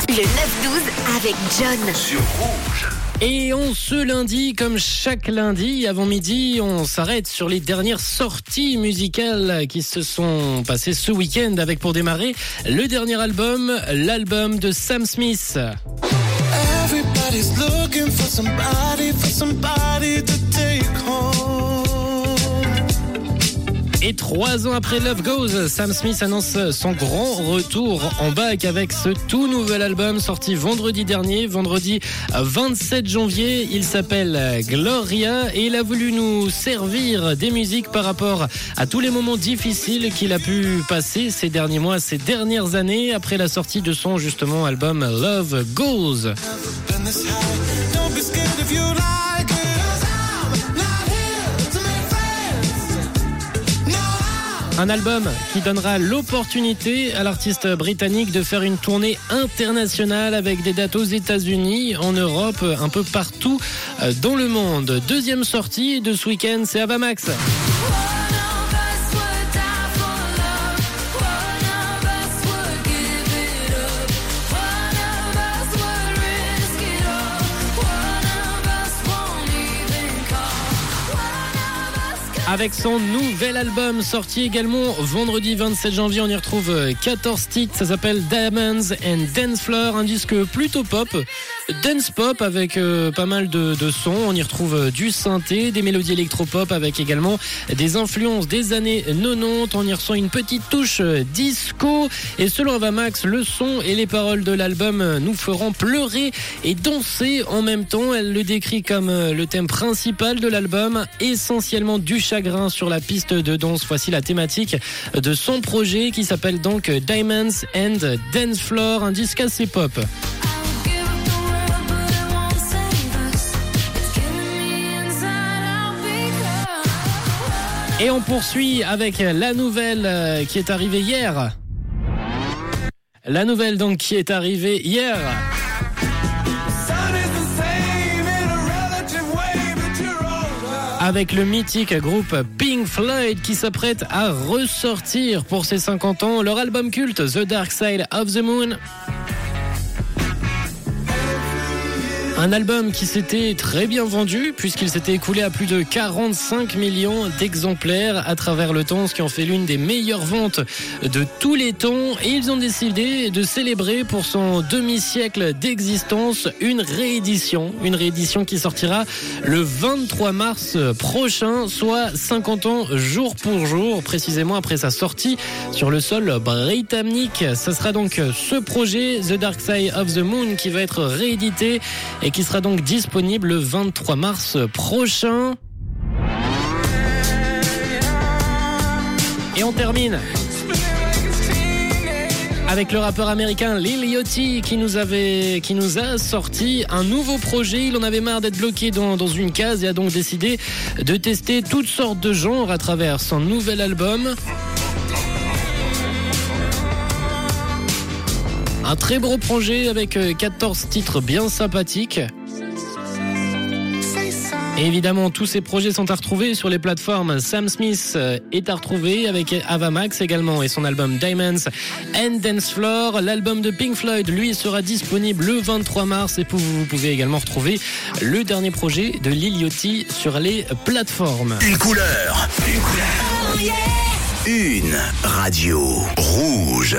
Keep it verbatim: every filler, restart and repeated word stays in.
Le neuf douze avec John. Sur Rouge. Et on ce lundi, comme chaque lundi, avant midi, on s'arrête sur les dernières sorties musicales qui se sont passées ce week-end avec pour démarrer le dernier album, l'album de Sam Smith. Everybody's looking for somebody, for somebody to take home. Et trois ans après Love Goes, Sam Smith annonce son grand retour en bac avec ce tout nouvel album sorti vendredi dernier, vendredi vingt-sept janvier. Il s'appelle Gloria et il a voulu nous servir des musiques par rapport à tous les moments difficiles qu'il a pu passer ces derniers mois, ces dernières années après la sortie de son justement album Love Goes. Un album qui donnera l'opportunité à l'artiste britannique de faire une tournée internationale avec des dates aux États-Unis, en Europe, un peu partout dans le monde. Deuxième sortie de ce week-end, c'est Ava Max. Avec son nouvel album sorti également vendredi vingt-sept janvier, on y retrouve quatorze titres, ça s'appelle Diamonds and Dance Floor, un disque plutôt pop, dance pop avec euh, pas mal de, de sons, on y retrouve du synthé, des mélodies électropop avec également des influences des années quatre-vingt-dix, on y ressent une petite touche disco et selon Ava Max, le son et les paroles de l'album nous feront pleurer et danser en même temps. Elle le décrit comme le thème principal de l'album, essentiellement du chagrin sur la piste de danse. Voici la thématique de son projet qui s'appelle donc Diamonds and Dance Floor, un disque assez pop. Et on poursuit avec la nouvelle qui est arrivée hier. La nouvelle donc qui est arrivée hier. Avec le mythique groupe Pink Floyd qui s'apprête à ressortir pour ses cinquante ans leur album culte The Dark Side of the Moon. Un album qui s'était très bien vendu puisqu'il s'était écoulé à plus de quarante-cinq millions d'exemplaires à travers le temps, ce qui en fait l'une des meilleures ventes de tous les temps. Et ils ont décidé de célébrer pour son demi-siècle d'existence une réédition. Une réédition qui sortira le vingt-trois mars prochain, soit cinquante ans jour pour jour, précisément après sa sortie sur le sol britannique. Ça sera donc ce projet, The Dark Side of the Moon, qui va être réédité et qui sera donc disponible le vingt-trois mars prochain. Et on termine avec le rappeur américain Lil Yachty qui nous avait, qui nous a sorti un nouveau projet. Il en avait marre d'être bloqué dans, dans une case et a donc décidé de tester toutes sortes de genres à travers son nouvel album. Un très beau projet avec quatorze titres bien sympathiques. Et évidemment, tous ces projets sont à retrouver sur les plateformes. Sam Smith est à retrouver avec Ava Max également et son album Diamonds and Dance Floor. L'album de Pink Floyd, lui, sera disponible le vingt-trois mars et vous pouvez également retrouver le dernier projet de Lil Yachty sur les plateformes. Une couleur. Une couleur. Oh yeah. Une radio rouge.